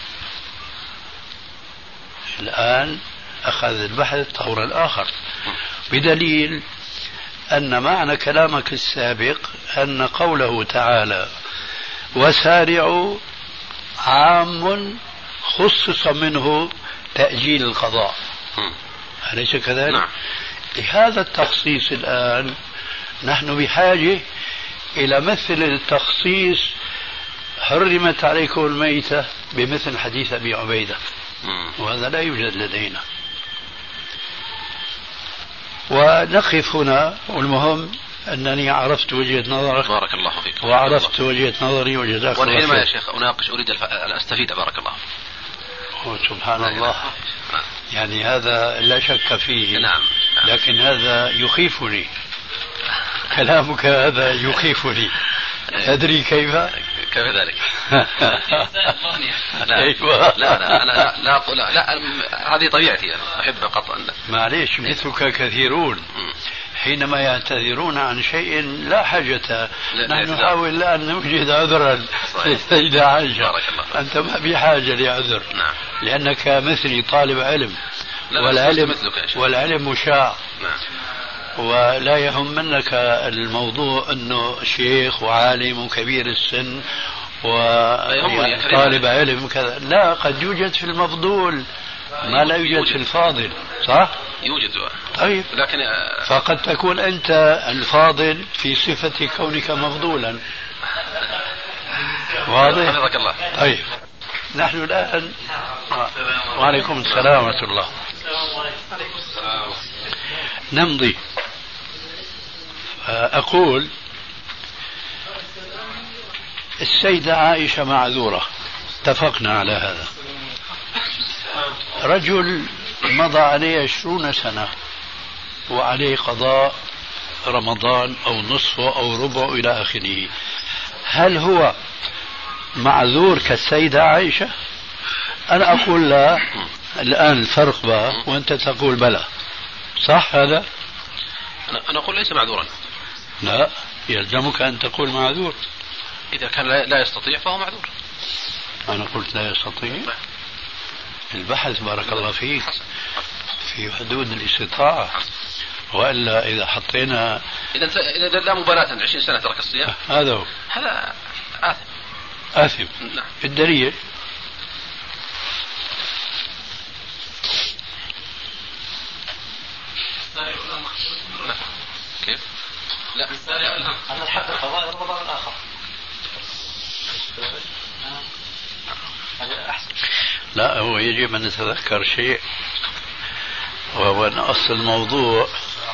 الآن أخذ البحث طورا آخر، بدليل أن معنى كلامك السابق أن قوله تعالى وسارعوا عام خصص منه تأجيل القضاء، أليس كذلك؟ نعم. لهذا التخصيص الآن نحن بحاجة إلى مثل التخصيص حرمت عليكم الميتة بمثل حديث أبي عبيدة، وهذا لا يوجد لدينا. ونقف هنا، والمهم أنني عرفت وجهة نظرك. بارك الله فيك. وعرفت وجهة نظري وجزاك الله خير. وحينما يا شيخ أناقش أريد أن أستفيد. بارك الله. سبحان الله. يعني هذا لا شك فيه. نعم. لكن هذا يخيفني، كلامك هذا يخيفني. تدري كيف؟ كيف ذلك؟ أيوة. لا أنا لا أقول لا هذه طبيعتي، أنا أحب قطعا. معليش، مثلك كثيرون حينما يعتذرون عن شيء لا حاجة، نحن نحاول الآن نوجد عذرا للسيدة عائشة. أنت ما بحاجة لعذر. نعم. لأنك مثلي طالب علم، والعلم مشاع. نعم. ولا يهم منك الموضوع أنه شيخ وعالم وكبير السن وطالب علم كذا. لا، قد يوجد في المفضول ما لا يوجد في الفاضل، صح؟ يوجد. طيب، لكن فقد تكون أنت الفاضل في صفة كونك مفضولا. واضح؟ حفظك الله. طيب، نحن الآن وعليكم السلام ورحمة الله. نمضي. أقول السيدة عائشة معذورة، اتفقنا على هذا. رجل مضى عليه 20 سنة وعليه قضاء رمضان أو نصفه أو ربعه إلى آخره، هل هو معذور كالسيدة عائشة؟ أنا أقول لا. الآن الفرق بقى، وأنت تقول بلى، صح هذا؟ أنا أقول ليس معذورا. لا، يلزمك أن تقول معذور. إذا كان لا يستطيع فهو معذور. أنا قلت لا يستطيع. البحث بارك الله فيك في حدود الاستطاعة، وإلا إذا حطينا إذا لا مبالاة 20 سنة ترك الصيام، هذا هو، هذا آثم. آثم. نعم. الدليل كيف؟ لا أنا الحق القضاء رمضان الآخر. لا، هو يجب أن نتذكر شيء، وهو أن أصل الموضوع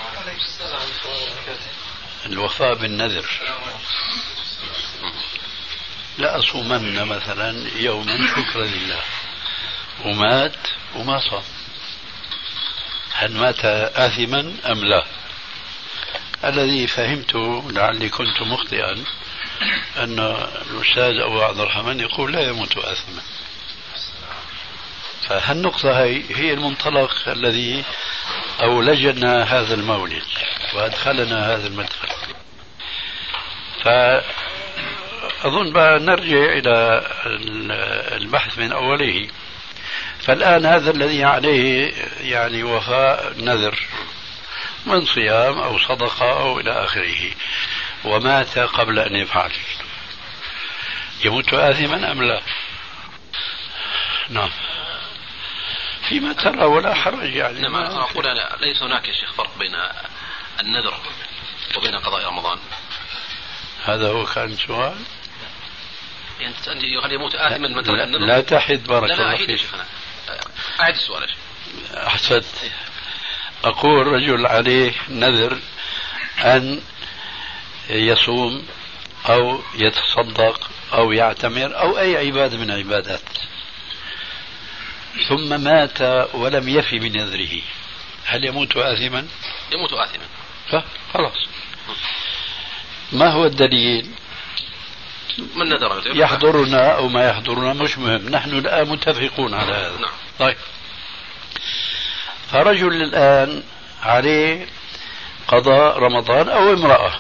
الوفاء بالنذر. لا أصومن مثلا يوما شكرا لله، ومات وما صام، هل مات آثما أم لا؟ الذي فهمته، لعلي كنت مخطئا، أن الأستاذ أبو عبد الرحمن يقول لا يموت آثما. فهالنقطة هي المنطلق الذي أولجنا هذا المولد وأدخلنا هذا المدخل. فأظن بقى نرجع إلى البحث من أوله. فالآن هذا الذي عليه يعني وفاء نذر من صيام أو صدقة أو إلى آخره، ومات قبل أن يفعل، يموت آثما أم لا؟ نعم، فيما ترى ولا حرج يعني. نعم. أنا أقول ليس هناك يا شيخ فرق بين النذر وبين قضاء رمضان. هذا هو كان سؤال. هل يموت آثما من ترك النذر؟ لا تحد بارك الله فيك. أعد السؤال يا شيخ. أحسنت. أقول رجل عليه نذر أن يصوم أو يتصدق أو يعتمر أو أي عبادة من العبادات، ثم مات ولم يفي بنذره، هل يموت آثما؟ يموت آثما. خلاص. ما هو الدليل؟ من نذر يحضرنا أو ما يحضرنا مش مهم، نحن الآن متفقون على هذا. نعم. طيب، فرجل الآن عليه قضاء رمضان أو امرأة،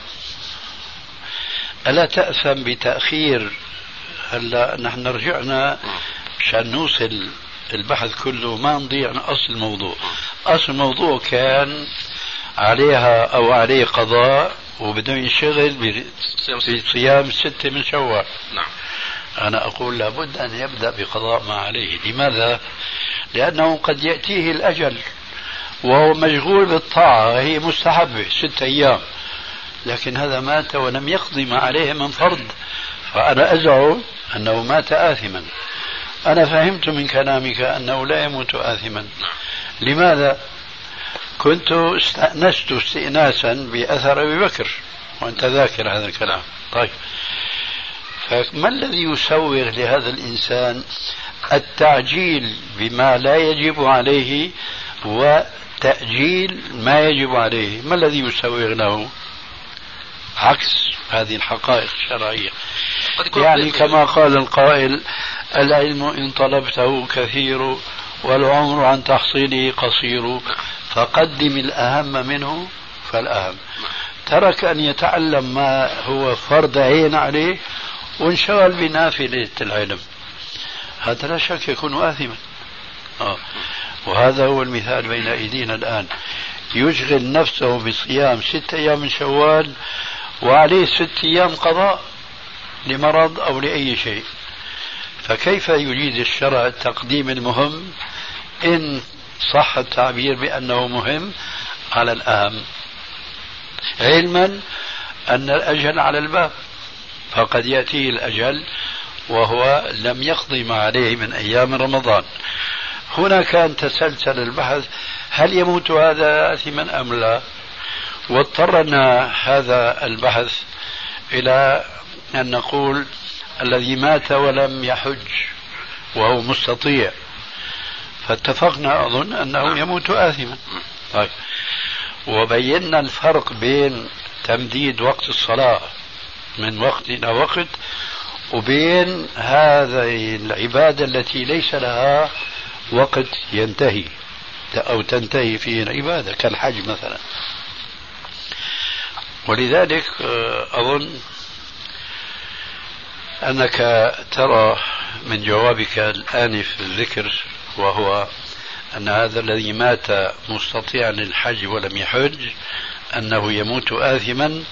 ألا تأثم بتأخير؟ هلا نحن رجعنا مشان نوصل البحث كله ما نضيع عن أصل الموضوع. أصل الموضوع كان عليها أو عليه قضاء وبده ينشغل بصيام 6 من شوال. نعم. أنا أقول لابد أن يبدأ بقضاء ما عليه. لماذا؟ لأنه قد يأتيه الأجل وهو مشغول بالطاعة، هي مستحبة 6 أيام، لكن هذا مات ولم يقضي ما عليه من فرض، فأنا أزعم أنه مات آثما. أنا فهمت من كلامك أنه لا يموت آثما. لماذا؟ كنت استأنست استئناسا بأثر أبي بكر وأنت ذاكر هذا الكلام. طيب، فما الذي يسوغ لهذا الإنسان التعجيل بما لا يجب عليه وتأجيل ما يجب عليه؟ ما الذي يسوغ له؟ عكس هذه الحقائق الشرعية. يعني كما قال القائل: العلم إن طلبته كثير والعمر عن تحصيله قصير، فقدم الأهم منه فالأهم. ترك أن يتعلم ما هو فرض عين عليه وانشغل بنافلة العلم، هذا لا شك يكون آثما. وهذا هو المثال بين أيدينا الآن، يشغل نفسه بصيام 6 أيام من شوال وعليه 6 أيام قضاء لمرض أو لأي شيء. فكيف يجيز الشرع تقديم المهم إن صح التعبير بأنه مهم على الأهم، علما أن الأجل على الباب، فقد يأتيه الأجل وهو لم يقضي ما عليه من أيام رمضان. هنا كان تسلسل البحث: هل يموت هذا آثما أم لا؟ واضطرنا هذا البحث إلى أن نقول الذي مات ولم يحج وهو مستطيع، فاتفقنا أظن أنه يموت آثما. طيب، وبينا الفرق بين تمديد وقت الصلاة من وقت إلى وقت وبين هذه العبادة التي ليس لها وقت ينتهي أو تنتهي فيه العبادة كالحج مثلا. ولذلك أظن أنك ترى من جوابك الآنف الذكر، وهو أن هذا الذي مات مستطيعا للحج ولم يحج أنه يموت آثما،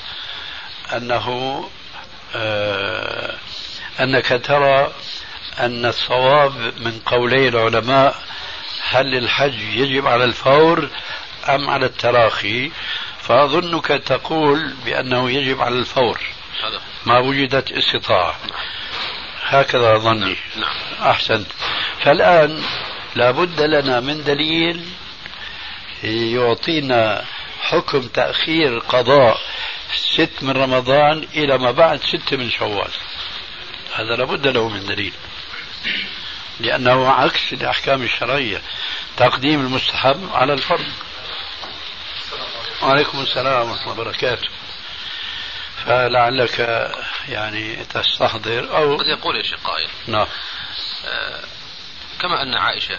أنك ترى أن الصواب من قولي العلماء هل الحج يجب على الفور أم على التراخي، فأظنك تقول بأنه يجب على الفور ما وجدت استطاعة. هكذا ظني. أحسنت. فالآن لابد لنا من دليل يعطينا حكم تأخير قضاء 6 من رمضان إلى ما بعد 6 من شوال. هذا لابد له من دليل، لأنه عكس الأحكام الشرعية، تقديم المستحب على الفرض. وعليكم السلام ورحمة الله وبركاته. فلعلك يعني تستحضر أو قد يقول يا شيخ قائل. نعم. كما أن عائشة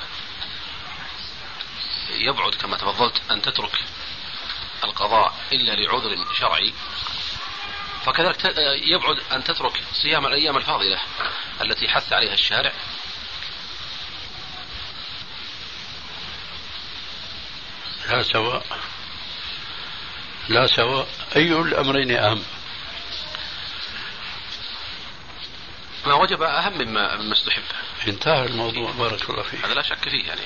يبعد كما تفضلت أن تترك القضاء إلا لعذر شرعي، فكذلك يبعد أن تترك صيام الأيام الفاضلة التي حث عليها الشارع. لا سواء أي الأمرين أهم؟ ما وجب أهم مما استحب. انتهى الموضوع. بارك الله فيك. هذا لا شك فيه يعني.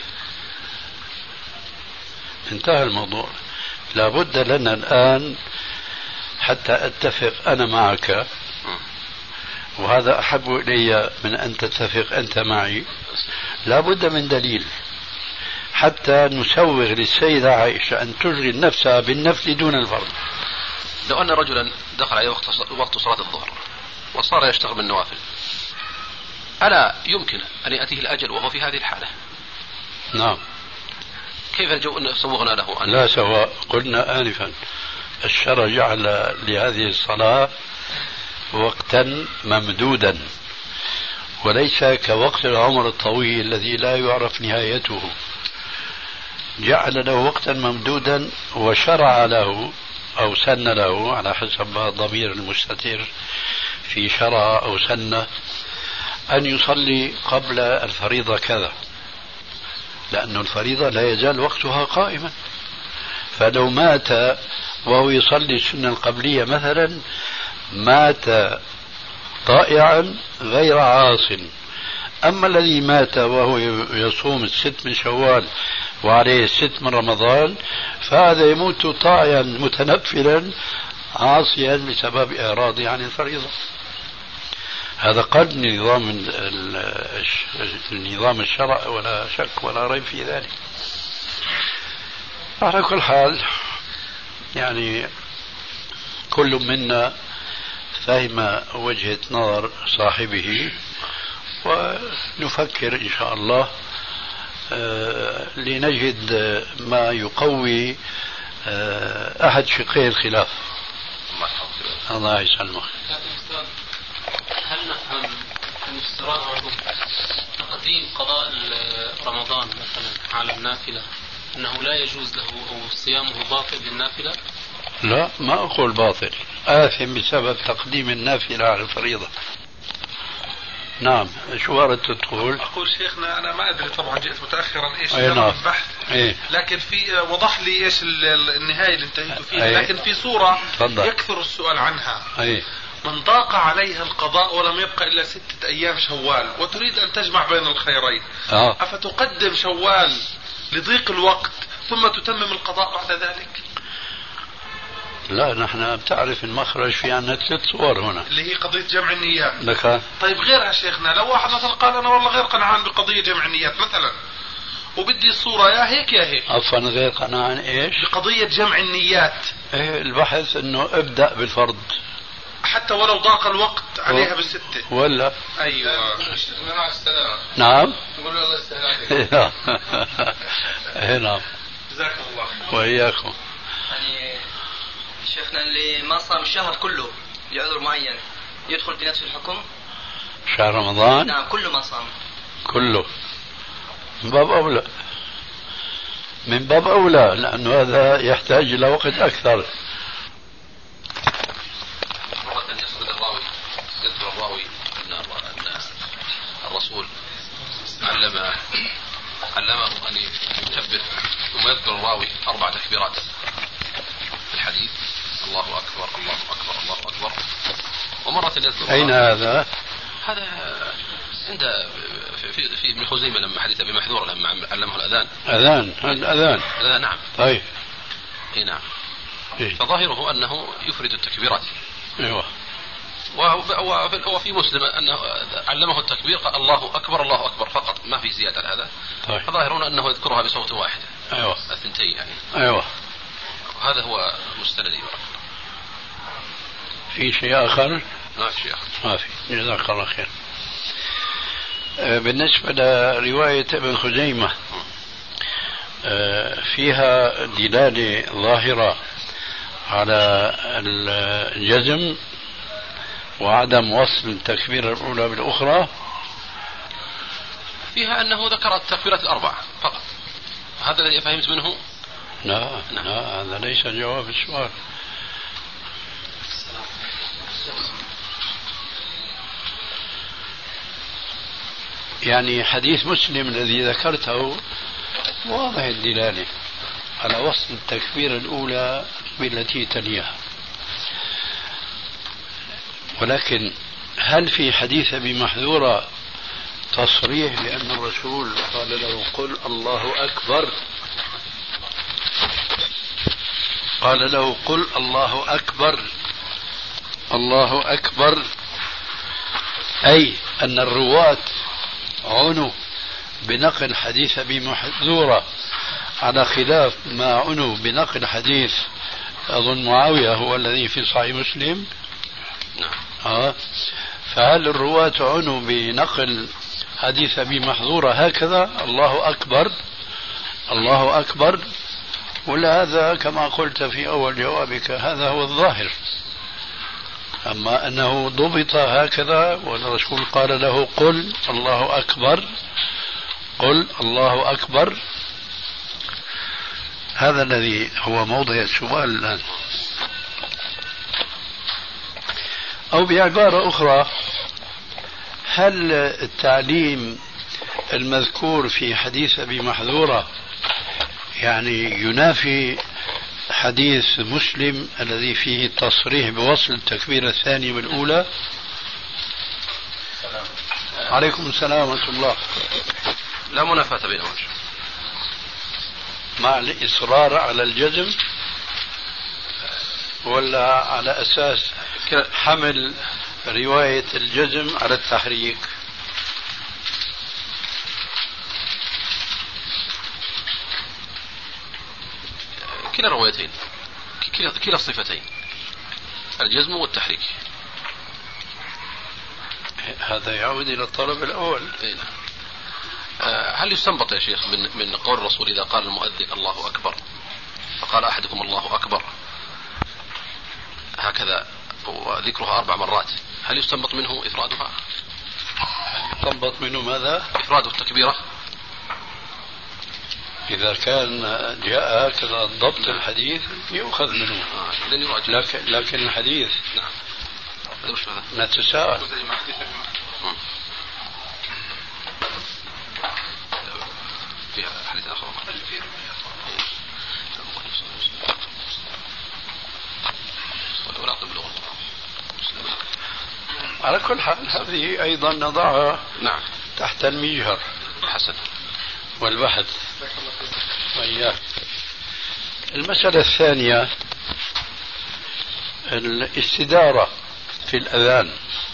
انتهى الموضوع. لابد لنا الآن حتى أتفق أنا معك، وهذا أحب إلي من أن تتفق أنت معي، لابد من دليل. حتى نسوغ للسيدة عائشة أن تشغل نفسها بالنفل دون الفرض. لو أن رجلا دخل عليه وقت صلاة الظهر وصار يشتغل بالنوافل، ألا يمكن أن يأتيه الأجل وهو في هذه الحالة؟ نعم. كيف سوغنا له أن لا سواء. قلنا آنفا الشرع جعل لهذه الصلاة وقتا ممدودا، وليس كوقت العمر الطويل الذي لا يعرف نهايته. جعل له وقتا ممدودا وشرع له أو سن له على حسب الضمير المستتر في شرع أو سن أن يصلي قبل الفريضة كذا، لأن الفريضة لا يزال وقتها قائما. فلو مات وهو يصلي السنة القبلية مثلا مات طائعا غير عاص. أما الذي مات وهو يصوم 6 من شوال وعليه 6 من رمضان فهذا يموت طائعا متنفلا عاصيا بسبب إعراضه عن الفريضة. هذا قد نظام الشرع ولا شك ولا ريب في ذلك. على كل حال يعني كل منا فهم وجهة نظر صاحبه، ونفكر إن شاء الله لنجد ما يقوي أحد شقي الخلاف. الله يسلمك. هل نفهم من اشتراط تقديم قضاء رمضان مثلا على النافلة أنه لا يجوز له أو صيامه باطل للنافلة؟ لا، ما أقول باطل، آثم بسبب تقديم النافلة على الفريضة. نعم. شو أردت تقول؟ أقول شيخنا أنا ما أدري طبعا جئت متأخرا إيش نعم. البحث لكن في وضح لي إيش النهاية اللي انتهيت فيها. لكن في صورة يكثر السؤال عنها. من ضاق عليها القضاء ولم يبقى إلا 6 أيام شوال وتريد أن تجمع بين الخيرين أفتقدم شوال لضيق الوقت ثم تتمم القضاء بعد ذلك؟ لا، نحن بتعرف المخرج في عنا 3 صور هنا اللي هي قضية جمع النيات. لك. طيب غيرها شيخنا، لو واحد مثلا قال أنا والله غير قنعان بقضية جمع النيات مثلا وبدي الصورة يا هيك يا هيك. عفوا، غير قنعان إيش؟ بقضية جمع النيات. البحث إنه ابدأ بالفرض حتى ولو ضاق الوقت عليها ب6 ولا. أيوة. مع السلامة. نعم. تقول الله يستاهل عليك. نعم. جزاك الله. وإياكم. يعني شيخنا اللي ما صام الشهر كله لعذر معين يدخل في نفس الحكم؟ شهر رمضان؟ نعم، كله ما صام. كله من باب أولى، من باب أولى، لأنه هذا يحتاج إلى وقت أكثر. يذكر الراوي أن الرسول علمه أن يكبر، ثم يذكر الراوي 4 تكبيرات في الحديث: الله أكبر الله أكبر الله أكبر. ومرة يذكر. أين هذا؟ هذا عند في ابن خزيمة لما حديث أبي محذور لما علمه الأذان. الأذان. نعم. طيب. نعم. فظاهره أنه يفرد التكبيرات. أيوة. وفي مسلم أنه علمه التكبير قال الله أكبر الله أكبر فقط، ما في زيادة على هذا. طيب. فظاهرون أنه يذكرها بصوت واحد. أيوة. 2 يعني. أيوة. هذا هو مستندي. في شيء آخر؟ ما في شيء آخر. ما في. جزاك الله خير. بالنسبة لرواية ابن خزيمة فيها دلالة ظاهرة على الجزم وعدم وصل التكبيرة الأولى بالأخرى. فيها أنه ذكر التكبيرات 4 فقط. هذا الذي فهمت منه. لا هذا ليس جواب السؤال. يعني حديث مسلم الذي ذكرته واضح الدلالة على وصل التكبيرة الأولى بالتي تليها، ولكن هل في حديث أبي محذورة تصريح بأن الرسول قال له قل الله أكبر؟ قال له قل الله أكبر الله أكبر، أي أن الرواة عنوا بنقل حديث أبي محذورة على خلاف ما عنوا بنقل حديث أظن معاوية هو الذي في صحيح مسلم. فهل الرواة عنوا بنقل حديث أبي محظورة هكذا الله أكبر الله أكبر، ولا هذا كما قلت في أول جوابك هذا هو الظاهر؟ أما أنه ضبط هكذا والرسول قال له قل الله أكبر قل الله أكبر، هذا الذي هو موضع السؤال الآن. أو بعبارة أخرى، هل التعليم المذكور في حديث أبي محذورة يعني ينافي حديث مسلم الذي فيه التصريح بوصل التكبيرة الثانية بالأولى؟ عليكم السلام ورحمة الله. لا منافاة بينهم مع الإصرار على الجزم ولا على أساس حمل رواية الجزم على التحريك؟ كلا الروايتين، كلا الصفتين، الجزم والتحريك. هذا يعود إلى الطلب الأول. هل يستنبط يا شيخ من قول الرسول إذا قال المؤذن الله أكبر فقال أحدكم الله أكبر هكذا وذكرها 4 مرات، هل يستنبط منه إفرادها؟ يستنبط منه ماذا؟ إفراد التكبيرة. إذا كان جاء هكذا ضبط الحديث يؤخذ منه. لكن الحديث نتساءل. فيها حديث آخر على كل حال هذه أيضا نضعها تحت المجهر حسن والبحث وإياه. المسألة الثانية الاستدارة في الأذان،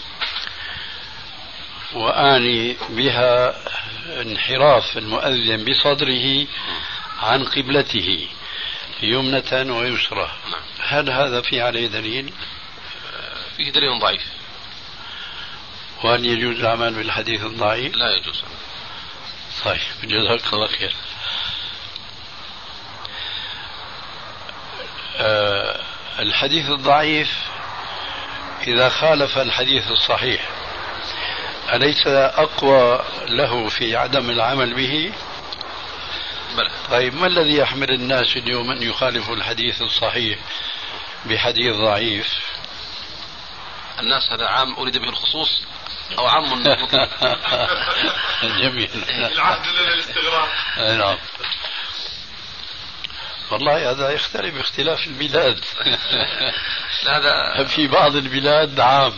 وأعني بها انحراف المؤذن بصدره عن قبلته يمنة ويسرى، هل هذا في عليه دليل؟ فيه دليل ضعيف. وهل يجوز العمل بالحديث الضعيف؟ لا يجوز. طيب جزاك الله خير. الحديث الضعيف إذا خالف الحديث الصحيح أليس أقوى له في عدم العمل به؟ بلى. طيب ما الذي يحمل الناس اليوم أن يخالفوا الحديث الصحيح بحديث ضعيف؟ الناس هذا عام أريد به الخصوص أو عام جميل. العهد للاستغراق. نعم. والله هذا يختلف باختلاف البلاد. هذا في بعض البلاد عام.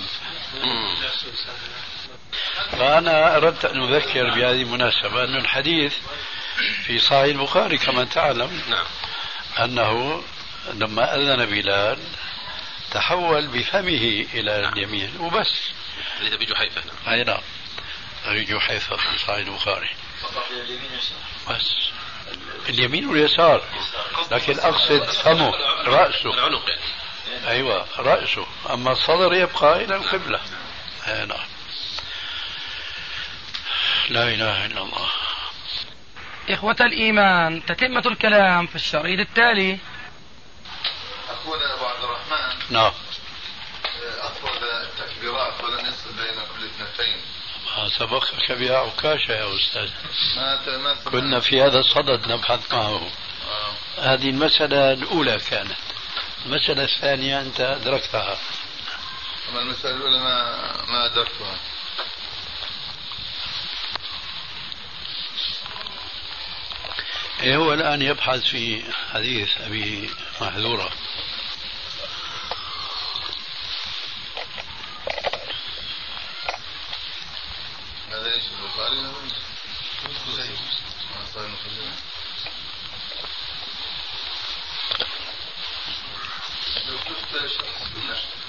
فأنا أردت أن أذكر بهذه المناسبة أن الحديث في صحيح البخاري كما تعلم أنه لما أذن بلال تحول بفمه إلى اليمين وبس. حديث أبي جحيفة. أي نعم أبي جحيفة في صحيح البخاري. بس اليمين واليسار، لكن أقصد فمه رأسه. العنق يعني. أيوة رأسه، أما الصدر يبقى إلى القبلة. نعم. لا إله إلا الله. إخوة الإيمان، تتمة الكلام في الشريط التالي. أخونا أبو عبد الرحمن. نعم. أفرد التكبيرات ولم يصل بين كل اثنتين. ما سبقك بها عكاشة يا أستاذ. ما كنا في هذا الصدد نبحث معه. هذه المسألة الأولى كانت. المسألة الثانية أنت أدركتها. أما المسألة الأولى ما أدركتها. هو الآن يبحث في حديث أبي محذورة. هذا ايش البخاري؟ لو كنت